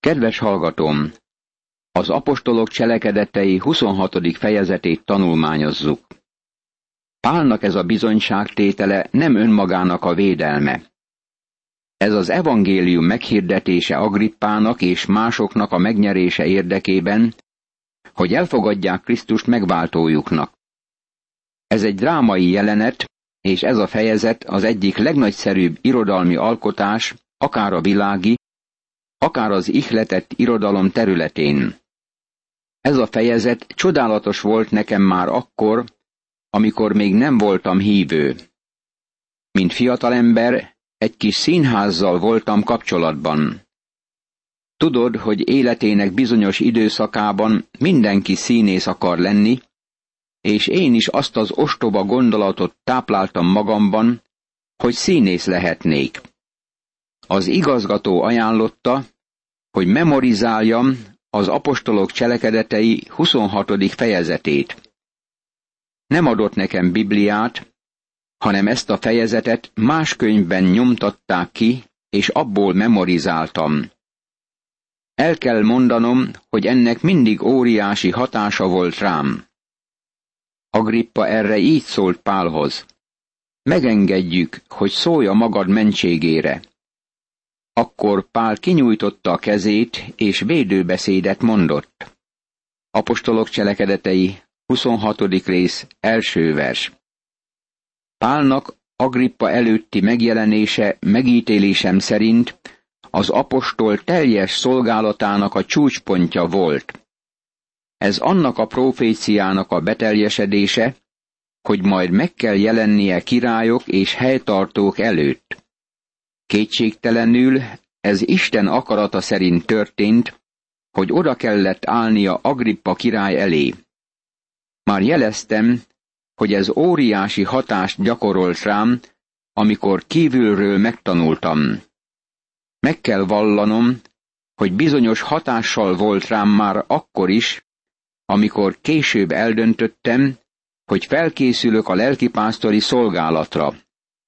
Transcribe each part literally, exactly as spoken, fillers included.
Kedves hallgatóm! Az apostolok cselekedetei huszonhatodik fejezetét tanulmányozzuk. Pálnak ez a bizonyságtétele nem önmagának a védelme. Ez az evangélium meghirdetése Agrippának és másoknak a megnyerése érdekében, hogy elfogadják Krisztust megváltójuknak. Ez egy drámai jelenet, és ez a fejezet az egyik legnagyszerűbb irodalmi alkotás, akár a világi, akár az ihletett irodalom területén. Ez a fejezet csodálatos volt nekem már akkor, amikor még nem voltam hívő. Mint fiatalember, egy kis színházzal voltam kapcsolatban. Tudod, hogy életének bizonyos időszakában mindenki színész akar lenni, és én is azt az ostoba gondolatot tápláltam magamban, hogy színész lehetnék. Az igazgató ajánlotta, hogy memorizáljam az apostolok cselekedetei huszonhatodik fejezetét. Nem adott nekem Bibliát, hanem ezt a fejezetet más könyvben nyomtatták ki, és abból memorizáltam. El kell mondanom, hogy ennek mindig óriási hatása volt rám. Agrippa erre így szólt Pálhoz: megengedjük, hogy szólj a magad mentségére. Akkor Pál kinyújtotta a kezét, és védőbeszédet mondott. Apostolok cselekedetei, huszonhatodik rész, első vers. Pálnak Agrippa előtti megjelenése megítélésem szerint az apostol teljes szolgálatának a csúcspontja volt. Ez annak a proféciának a beteljesedése, hogy majd meg kell jelennie királyok és helytartók előtt. Kétségtelenül ez Isten akarata szerint történt, hogy oda kellett állnia Agrippa király elé. Már jeleztem, hogy ez óriási hatást gyakorolt rám, amikor kívülről megtanultam. Meg kell vallanom, hogy bizonyos hatással volt rám már akkor is, amikor később eldöntöttem, hogy felkészülök a lelkipásztori szolgálatra.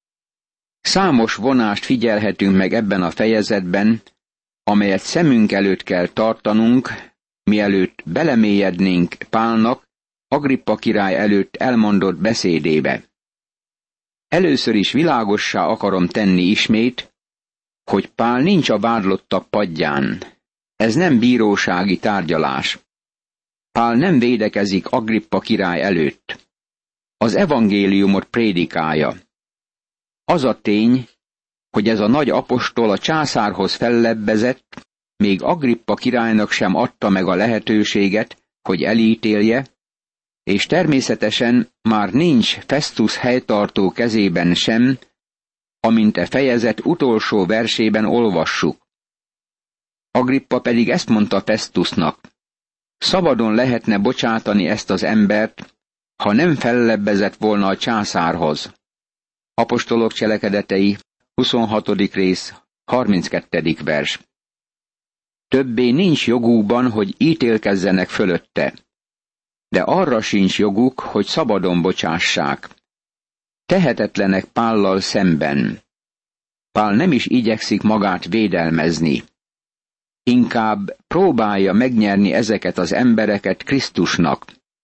Számos vonást figyelhetünk meg ebben a fejezetben, amelyet szemünk előtt kell tartanunk, mielőtt belemélyednénk Pálnak Agrippa király előtt elmondott beszédébe. Először is világossá akarom tenni ismét, hogy Pál nincs a vádlottak padján. Ez nem bírósági tárgyalás. Pál nem védekezik Agrippa király előtt. Az evangéliumot prédikálja. Az a tény, hogy ez a nagy apostol a császárhoz fellebbezett, még Agrippa királynak sem adta meg a lehetőséget, hogy elítélje, és természetesen már nincs Festus helytartó kezében sem, amint e fejezet utolsó versében olvassuk. Agrippa pedig ezt mondta Festusnak: szabadon lehetne bocsátani ezt az embert, ha nem fellebbezett volna a császárhoz. Apostolok cselekedetei, huszonhatodik rész, harminckettedik vers. Többé nincs jogukban, hogy ítélkezzenek fölötte, de arra sincs joguk, hogy szabadon bocsássák. Tehetetlenek Pállal szemben. Pál nem is igyekszik magát védelmezni. Inkább próbálja megnyerni ezeket az embereket Krisztusnak.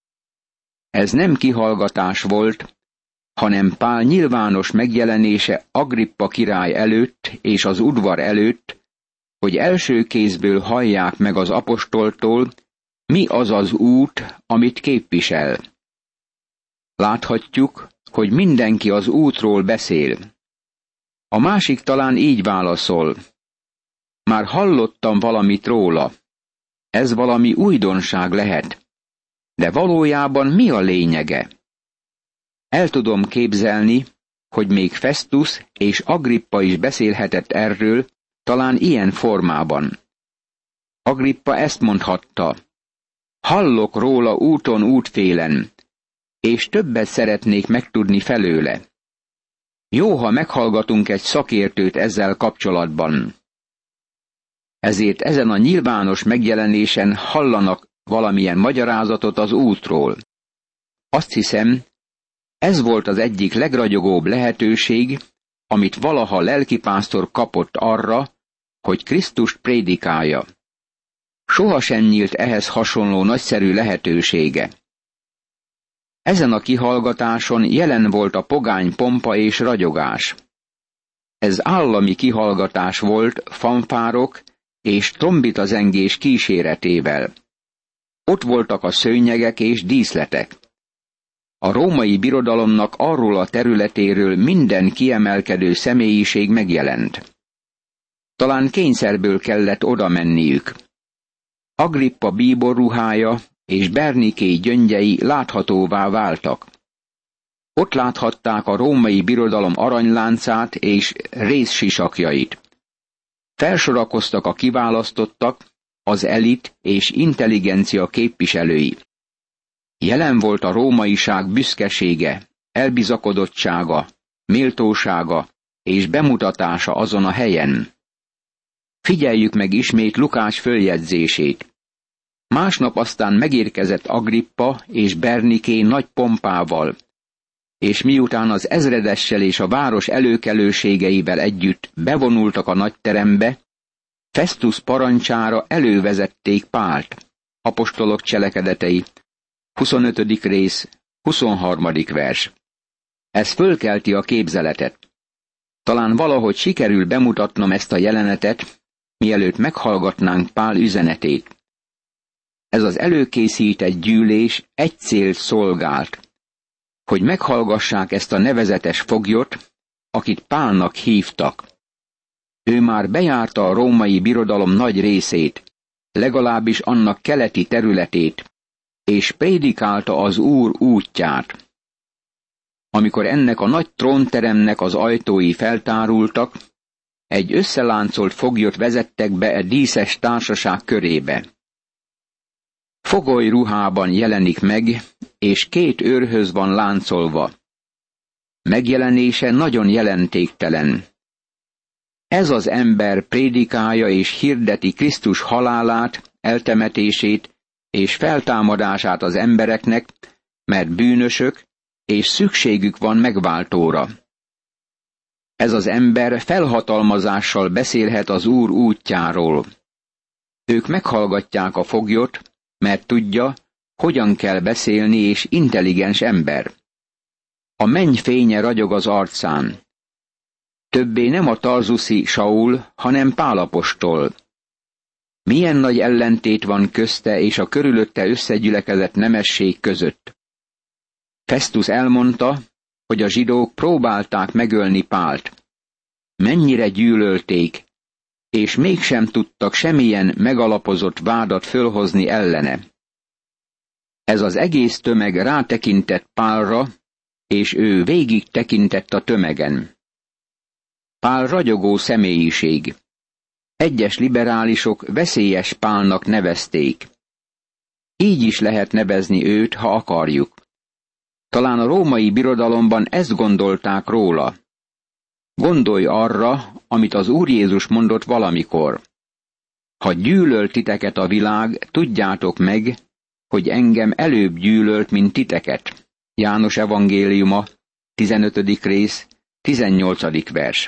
Ez nem kihallgatás volt, hanem Pál nyilvános megjelenése Agrippa király előtt és az udvar előtt, hogy első kézből hallják meg az apostoltól, mi az az út, amit képvisel. Láthatjuk, hogy mindenki az útról beszél. A másik talán így válaszol: már hallottam valamit róla. Ez valami újdonság lehet. De valójában mi a lényege? El tudom képzelni, hogy még Festus és Agrippa is beszélhetett erről, talán ilyen formában. Agrippa ezt mondhatta: hallok róla úton útfélen, és többet szeretnék megtudni felőle. Jó, ha meghallgatunk egy szakértőt ezzel kapcsolatban. Ezért ezen a nyilvános megjelenésen hallanak valamilyen magyarázatot az útról. Azt hiszem, ez volt az egyik legragyogóbb lehetőség, amit valaha lelkipásztor kapott arra, hogy Krisztust prédikálja. Sohasem nyílt ehhez hasonló nagyszerű lehetősége. Ezen a kihallgatáson jelen volt a pogány pompa és ragyogás. Ez állami kihallgatás volt fanfárok és trombitazengés kíséretével. Ott voltak a szőnyegek és díszletek. A római birodalomnak arról a területéről minden kiemelkedő személyiség megjelent. Talán kényszerből kellett oda menniük. Agrippa bíborruhája és Berniké gyöngyei láthatóvá váltak. Ott láthatták a római birodalom aranyláncát és rézsisakjait. Felsorakoztak a kiválasztottak, az elit és intelligencia képviselői. Jelen volt a rómaiság büszkesége, elbizakodottsága, méltósága és bemutatása azon a helyen. Figyeljük meg ismét Lukács följegyzését. Másnap aztán megérkezett Agrippa és Berniké nagy pompával, és miután az ezredessel és a város előkelőségeivel együtt bevonultak a nagyterembe, Festus parancsára elővezették Pált. Apostolok cselekedetei, huszonötödik rész, huszonharmadik vers. Ez fölkelti a képzeletet. Talán valahogy sikerül bemutatnom ezt a jelenetet, mielőtt meghallgatnánk Pál üzenetét. Ez az előkészített gyűlés egy célt szolgált, hogy meghallgassák ezt a nevezetes foglyot, akit Pálnak hívtak. Ő már bejárta a római birodalom nagy részét, legalábbis annak keleti területét, és prédikálta az Úr útját. Amikor ennek a nagy trónteremnek az ajtói feltárultak, egy összeláncolt foglyot vezettek be e díszes társaság körébe. Fogoly ruhában jelenik meg, és két őrhöz van láncolva. Megjelenése nagyon jelentéktelen. Ez az ember prédikálja és hirdeti Krisztus halálát, eltemetését és feltámadását az embereknek, mert bűnösök, és szükségük van megváltóra. Ez az ember felhatalmazással beszélhet az Úr útjáról. Ők meghallgatják a foglyot, mert tudja, hogyan kell beszélni, és intelligens ember. A menny fénye ragyog az arcán. Többé nem a tarzuszi Saul, hanem Pál apostol. Milyen nagy ellentét van közte és a körülötte összegyülekezett nemesség között. Festus elmondta, hogy a zsidók próbálták megölni Pált. Mennyire gyűlölték, és mégsem tudtak semmilyen megalapozott vádat fölhozni ellene. Ez az egész tömeg rátekintett Pálra, és ő végig tekintett a tömegen. Pál ragyogó személyiség. Egyes liberálisok veszélyes Pálnak nevezték. Így is lehet nevezni őt, ha akarjuk. Talán a római birodalomban ezt gondolták róla. Gondolj arra, amit az Úr Jézus mondott valamikor. Ha gyűlöl titeket a világ, tudjátok meg, hogy engem előbb gyűlölt, mint titeket. János evangéliuma, tizenötödik rész, tizennyolcadik vers.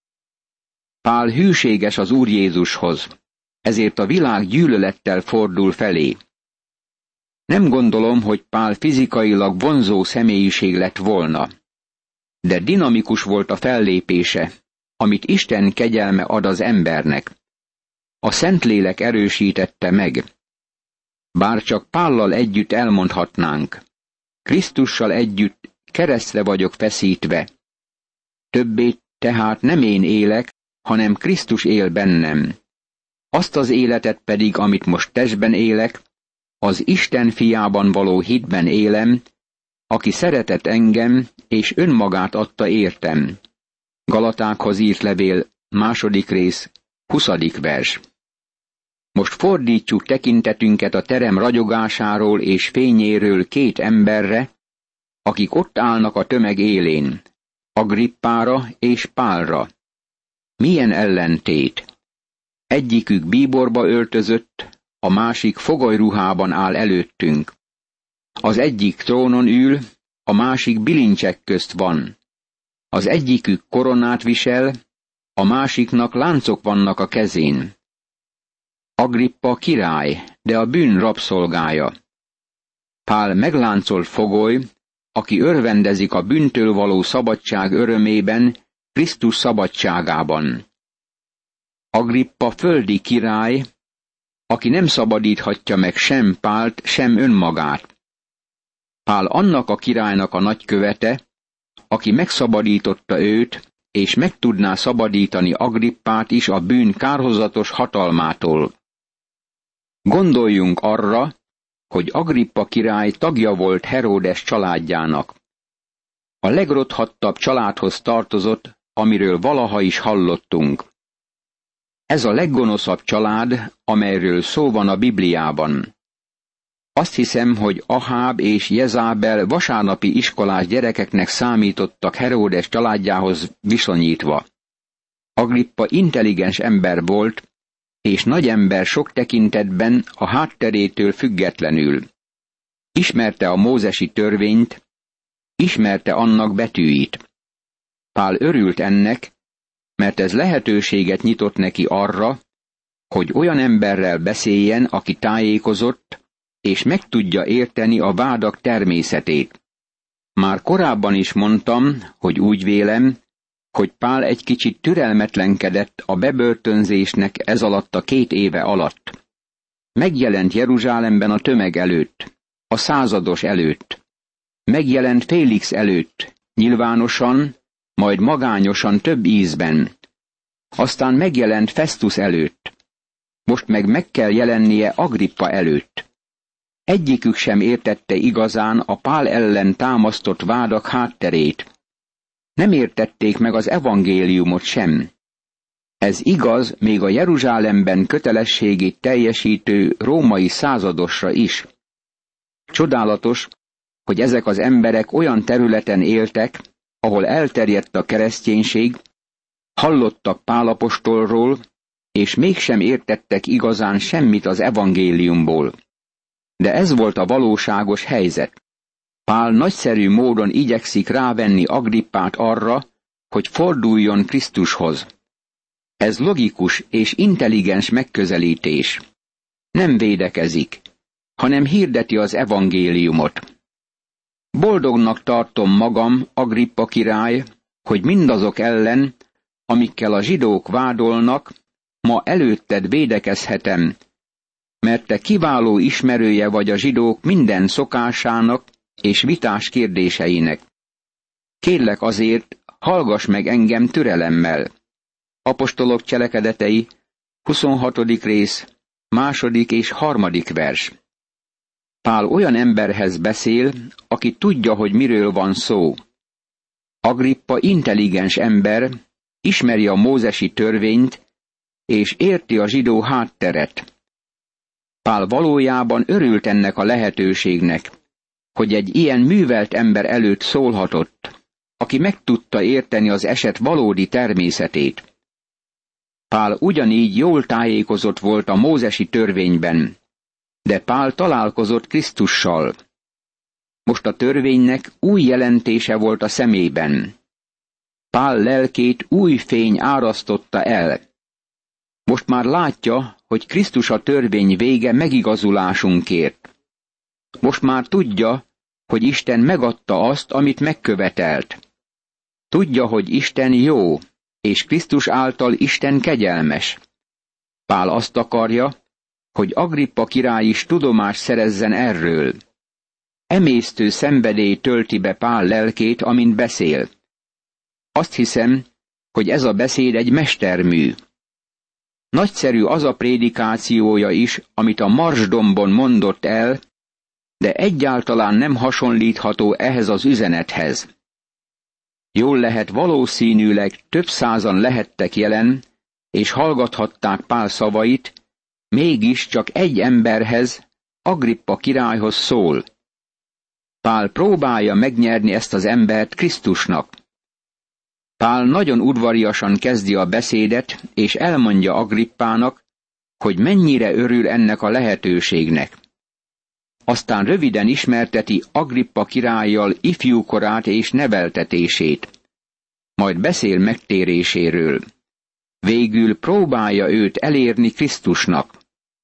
Pál hűséges az Úr Jézushoz, ezért a világ gyűlölettel fordul felé. Nem gondolom, hogy Pál fizikailag vonzó személyiség lett volna, de dinamikus volt a fellépése, amit Isten kegyelme ad az embernek. A Szentlélek erősítette meg. Bár csak Pállal együtt elmondhatnánk, Krisztussal együtt keresztre vagyok feszítve. Többé tehát nem én élek, hanem Krisztus él bennem. Azt az életet pedig, amit most testben élek, az Isten fiában való hitben élem, aki szeretett engem, és önmagát adta értem. Galatákhoz írt levél, második rész, huszadik vers. Most fordítsuk tekintetünket a terem ragyogásáról és fényéről két emberre, akik ott állnak a tömeg élén, Agrippára és Pálra. Milyen ellentét! Egyikük bíborba öltözött, a másik fogolyruhában áll előttünk. Az egyik trónon ül, a másik bilincsek közt van. Az egyikük koronát visel, a másiknak láncok vannak a kezén. Agrippa király, de a bűn rabszolgája. Pál megláncolt fogoly, aki örvendezik a bűntől való szabadság örömében, Krisztus szabadságában. Agrippa földi király, aki nem szabadíthatja meg sem Pált, sem önmagát. Pál annak a királynak a nagykövete, aki megszabadította őt, és meg tudná szabadítani Agrippát is a bűn kárhozatos hatalmától. Gondoljunk arra, hogy Agrippa király tagja volt Heródes családjának. A legrothattabb családhoz tartozott, amiről valaha is hallottunk. Ez a leggonoszabb család, amelyről szó van a Bibliában. Azt hiszem, hogy Aháb és Jezábel vasárnapi iskolás gyerekeknek számítottak Heródes családjához viszonyítva. Agrippa intelligens ember volt, és nagy ember sok tekintetben a hátterétől függetlenül. Ismerte a mózesi törvényt, ismerte annak betűit. Pál örült ennek, mert ez lehetőséget nyitott neki arra, hogy olyan emberrel beszéljen, aki tájékozott, és meg tudja érteni a vádak természetét. Már korábban is mondtam, hogy úgy vélem, hogy Pál egy kicsit türelmetlenkedett a bebörtönzésnek ez alatt a két éve alatt. Megjelent Jeruzsálemben a tömeg előtt, a százados előtt. Megjelent Félix előtt, nyilvánosan, majd magányosan több ízben. Aztán megjelent Festus előtt. Most meg meg kell jelennie Agrippa előtt. Egyikük sem értette igazán a Pál ellen támasztott vádak hátterét. Nem értették meg az evangéliumot sem. Ez igaz még a Jeruzsálemben kötelességét teljesítő római századosra is. Csodálatos, hogy ezek az emberek olyan területen éltek, ahol elterjedt a kereszténység, hallottak Pál apostolról, és mégsem értettek igazán semmit az evangéliumból. De ez volt a valóságos helyzet. Pál nagyszerű módon igyekszik rávenni Agrippát arra, hogy forduljon Krisztushoz. Ez logikus és intelligens megközelítés. Nem védekezik, hanem hirdeti az evangéliumot. Boldognak tartom magam, Agrippa király, hogy mindazok ellen, amikkel a zsidók vádolnak, ma előtted védekezhetem, mert te kiváló ismerője vagy a zsidók minden szokásának és vitás kérdéseinek. Kérlek azért, hallgass meg engem türelemmel. Apostolok cselekedetei, huszonhatodik rész, második és harmadik vers. Pál olyan emberhez beszél, aki tudja, hogy miről van szó. Agrippa intelligens ember, ismeri a mózesi törvényt, és érti a zsidó hátteret. Pál valójában örült ennek a lehetőségnek, hogy egy ilyen művelt ember előtt szólhatott, aki meg tudta érteni az eset valódi természetét. Pál ugyanígy jól tájékozott volt a mózesi törvényben, de Pál találkozott Krisztussal. Most a törvénynek új jelentése volt a szemében. Pál lelkét új fény árasztotta el. Most már látja, hogy Krisztus a törvény vége megigazulásunkért. Most már tudja, hogy Isten megadta azt, amit megkövetelt. Tudja, hogy Isten jó, és Krisztus által Isten kegyelmes. Pál azt akarja, hogy Agrippa király is tudomást szerezzen erről. Emésztő szenvedély tölti be Pál lelkét, amint beszél. Azt hiszem, hogy ez a beszéd egy mestermű. Nagyszerű az a prédikációja is, amit a Marsdombon mondott el, de egyáltalán nem hasonlítható ehhez az üzenethez. Jól lehet, valószínűleg több százan lehettek jelen, és hallgathatták Pál szavait, mégis csak egy emberhez, Agrippa királyhoz szól. Pál próbálja megnyerni ezt az embert Krisztusnak. Pál nagyon udvariasan kezdi a beszédet, és elmondja Agrippának, hogy mennyire örül ennek a lehetőségnek. Aztán röviden ismerteti Agrippa királlyal ifjúkorát és neveltetését. Majd beszél megtéréséről. Végül próbálja őt elérni Krisztusnak.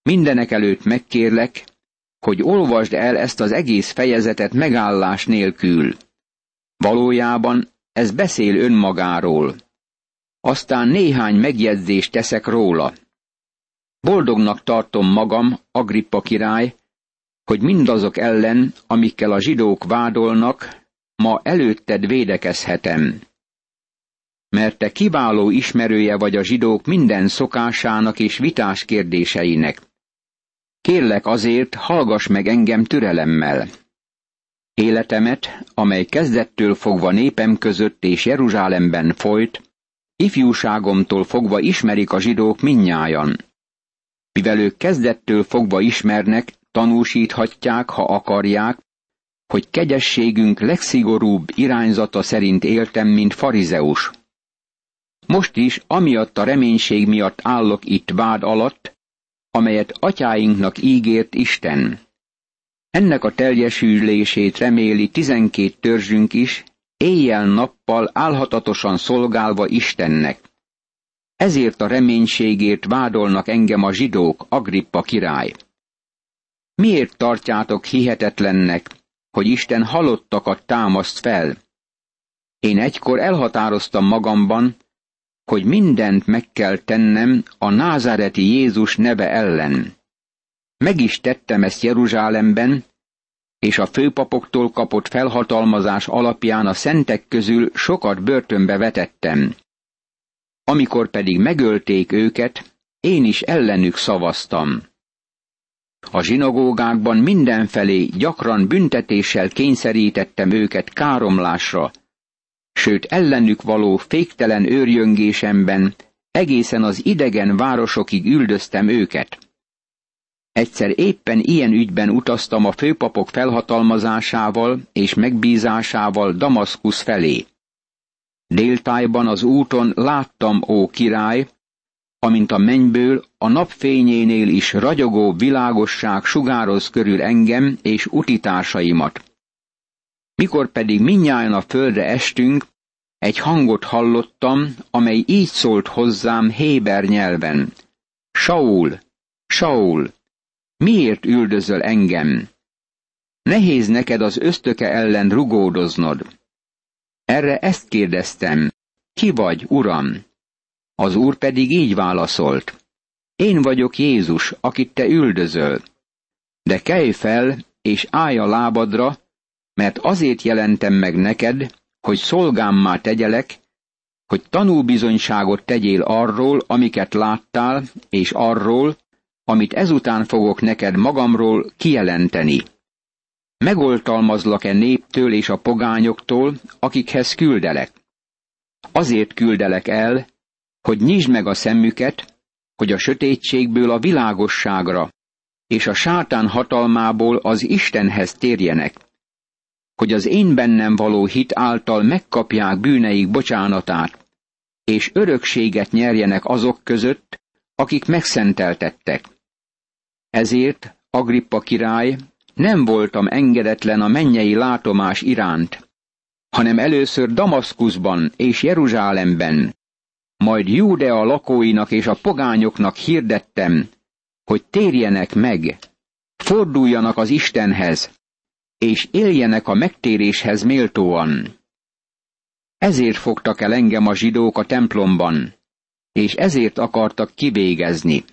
Mindenekelőtt megkérlek, hogy olvasd el ezt az egész fejezetet megállás nélkül. Valójában ez beszél önmagáról. Aztán néhány megjegyzést teszek róla. Boldognak tartom magam, Agrippa király, hogy mindazok ellen, amikkel a zsidók vádolnak, ma előtted védekezhetem. Mert te kiváló ismerője vagy a zsidók minden szokásának és vitás kérdéseinek. Kérlek azért, hallgass meg engem türelemmel. Életemet, amely kezdettől fogva népem között és Jeruzsálemben folyt, ifjúságomtól fogva ismerik a zsidók mindnyájan. Mivel ők kezdettől fogva ismernek, tanúsíthatják, ha akarják, hogy kegyességünk legszigorúbb irányzata szerint éltem, mint farizeus. Most is, amiatt a reménység miatt állok itt vád alatt, amelyet atyáinknak ígért Isten. Ennek a teljesülését reméli tizenkét törzsünk is, éjjel-nappal álhatatosan szolgálva Istennek. Ezért a reménységért vádolnak engem a zsidók, Agrippa király. Miért tartjátok hihetetlennek, hogy Isten halottakat támaszt fel? Én egykor elhatároztam magamban, hogy mindent meg kell tennem a názáreti Jézus neve ellen. Meg is tettem ezt Jeruzsálemben, és a főpapoktól kapott felhatalmazás alapján a szentek közül sokat börtönbe vetettem. Amikor pedig megölték őket, én is ellenük szavaztam. A zsinagógákban mindenfelé gyakran büntetéssel kényszerítettem őket káromlásra, sőt ellenük való féktelen őrjöngésemben egészen az idegen városokig üldöztem őket. Egyszer éppen ilyen ügyben utaztam a főpapok felhatalmazásával és megbízásával Damaszkusz felé. Déltájban az úton láttam, ó király, amint a mennyből a napfényénél is ragyogó világosság sugároz körül engem és utitársaimat. Mikor pedig mindnyájan a földre estünk, egy hangot hallottam, amely így szólt hozzám héber nyelven. Saul, Saul, miért üldözöl engem? Nehéz neked az ösztöke ellen rugódoznod. Erre ezt kérdeztem, ki vagy, Uram? Az Úr pedig így válaszolt. Én vagyok Jézus, akit te üldözöl. De kelj fel, és állj a lábadra, mert azért jelentem meg neked, hogy szolgámmá tegyelek, hogy tanúbizonyságot tegyél arról, amiket láttál, és arról, amit ezután fogok neked magamról kijelenteni. Megoltalmazlak-e néptől és a pogányoktól, akikhez küldelek? Azért küldelek el, hogy nyisd meg a szemüket, hogy a sötétségből a világosságra, és a sátán hatalmából az Istenhez térjenek, hogy az én bennem való hit által megkapják bűneik bocsánatát, és örökséget nyerjenek azok között, akik megszenteltettek. Ezért, Agrippa király, nem voltam engedetlen a mennyei látomás iránt, hanem először Damaszkuszban és Jeruzsálemben, majd Júdea lakóinak és a pogányoknak hirdettem, hogy térjenek meg, forduljanak az Istenhez, és éljenek a megtéréshez méltóan. Ezért fogtak el engem a zsidók a templomban, és ezért akartak kivégezni.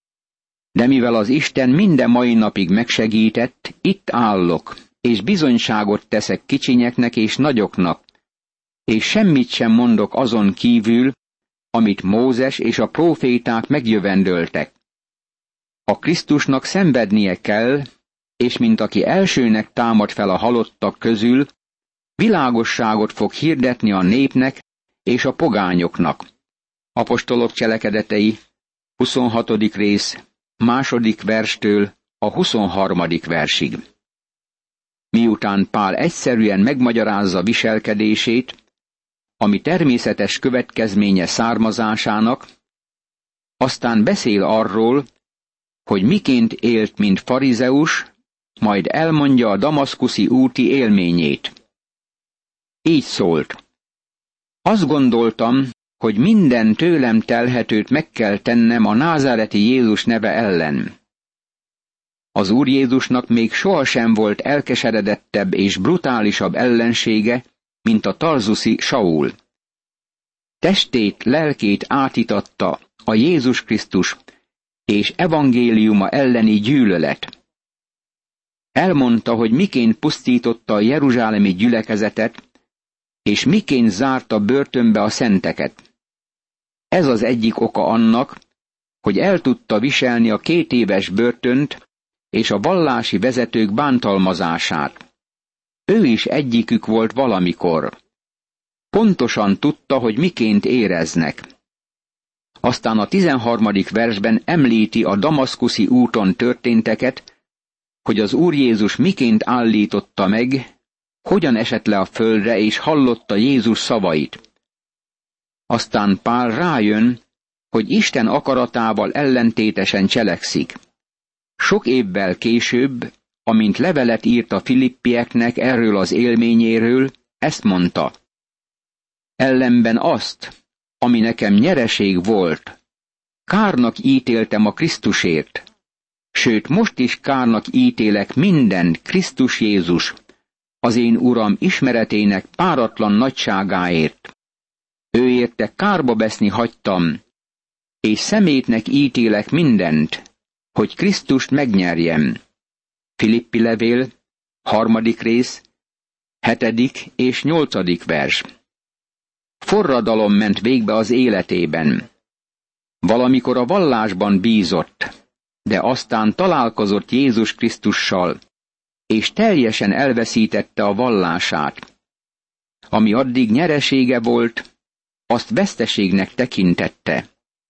De mivel az Isten minden mai napig megsegített, itt állok, és bizonyságot teszek kicsinyeknek és nagyoknak, és semmit sem mondok azon kívül, amit Mózes és a próféták megjövendöltek. A Krisztusnak szenvednie kell, és mint aki elsőnek támad fel a halottak közül, világosságot fog hirdetni a népnek és a pogányoknak. Apostolok cselekedetei, huszonhatodik rész, második verstől a huszonharmadik versig. Miután Pál egyszerűen megmagyarázza viselkedését, ami természetes következménye származásának, aztán beszél arról, hogy miként élt, mint farizeus, majd elmondja a damaszkuszi úti élményét. Így szólt. Azt gondoltam, hogy minden tőlem telhetőt meg kell tennem a názáreti Jézus neve ellen. Az Úr Jézusnak még sohasem volt elkeseredettebb és brutálisabb ellensége, mint a tarzuszi Saul. Testét, lelkét átitatta a Jézus Krisztus és evangéliuma elleni gyűlölet. Elmondta, hogy miként pusztította a jeruzsálemi gyülekezetet, és miként zárta börtönbe a szenteket. Ez az egyik oka annak, hogy el tudta viselni a két éves börtönt és a vallási vezetők bántalmazását. Ő is egyikük volt valamikor. Pontosan tudta, hogy miként éreznek. Aztán a tizenharmadik versben említi a damaszkuszi úton történteket, hogy az Úr Jézus miként állította meg, hogyan esett le a földre és hallotta Jézus szavait. Aztán Pál rájön, hogy Isten akaratával ellentétesen cselekszik. Sok évvel később, amint levelet írt a filippieknek erről az élményéről, ezt mondta: ellenben azt, ami nekem nyereség volt, kárnak ítéltem a Krisztusért, sőt most is kárnak ítélek mindent Krisztus Jézus, az én Uram ismeretének páratlan nagyságáért. Ő érte kárba veszni hagytam, és szemétnek ítélek mindent, hogy Krisztust megnyerjem. Filippi levél, harmadik rész, hetedik és nyolcadik vers. Forradalom ment végbe az életében. Valamikor a vallásban bízott, de aztán találkozott Jézus Krisztussal, és teljesen elveszítette a vallását. Ami addig nyeresége volt, azt veszteségnek tekintette.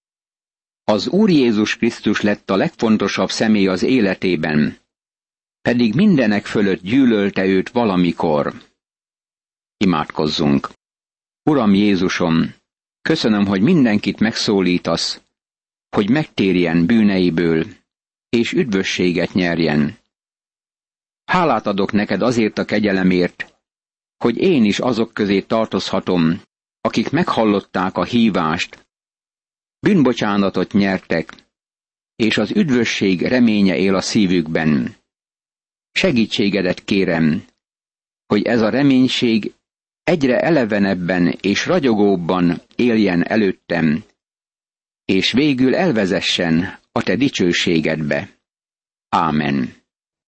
Az Úr Jézus Krisztus lett a legfontosabb személy az életében, pedig mindenek fölött gyűlölte őt valamikor. Imádkozzunk! Uram Jézusom, köszönöm, hogy mindenkit megszólítasz, hogy megtérjen bűneiből, és üdvösséget nyerjen. Hálát adok neked azért a kegyelemért, hogy én is azok közé tartozhatom, akik meghallották a hívást, bűnbocsánatot nyertek, és az üdvösség reménye él a szívükben. Segítségedet kérem, hogy ez a reménység egyre elevenebben és ragyogóbban éljen előttem, és végül elvezessen a te dicsőségedbe. Ámen.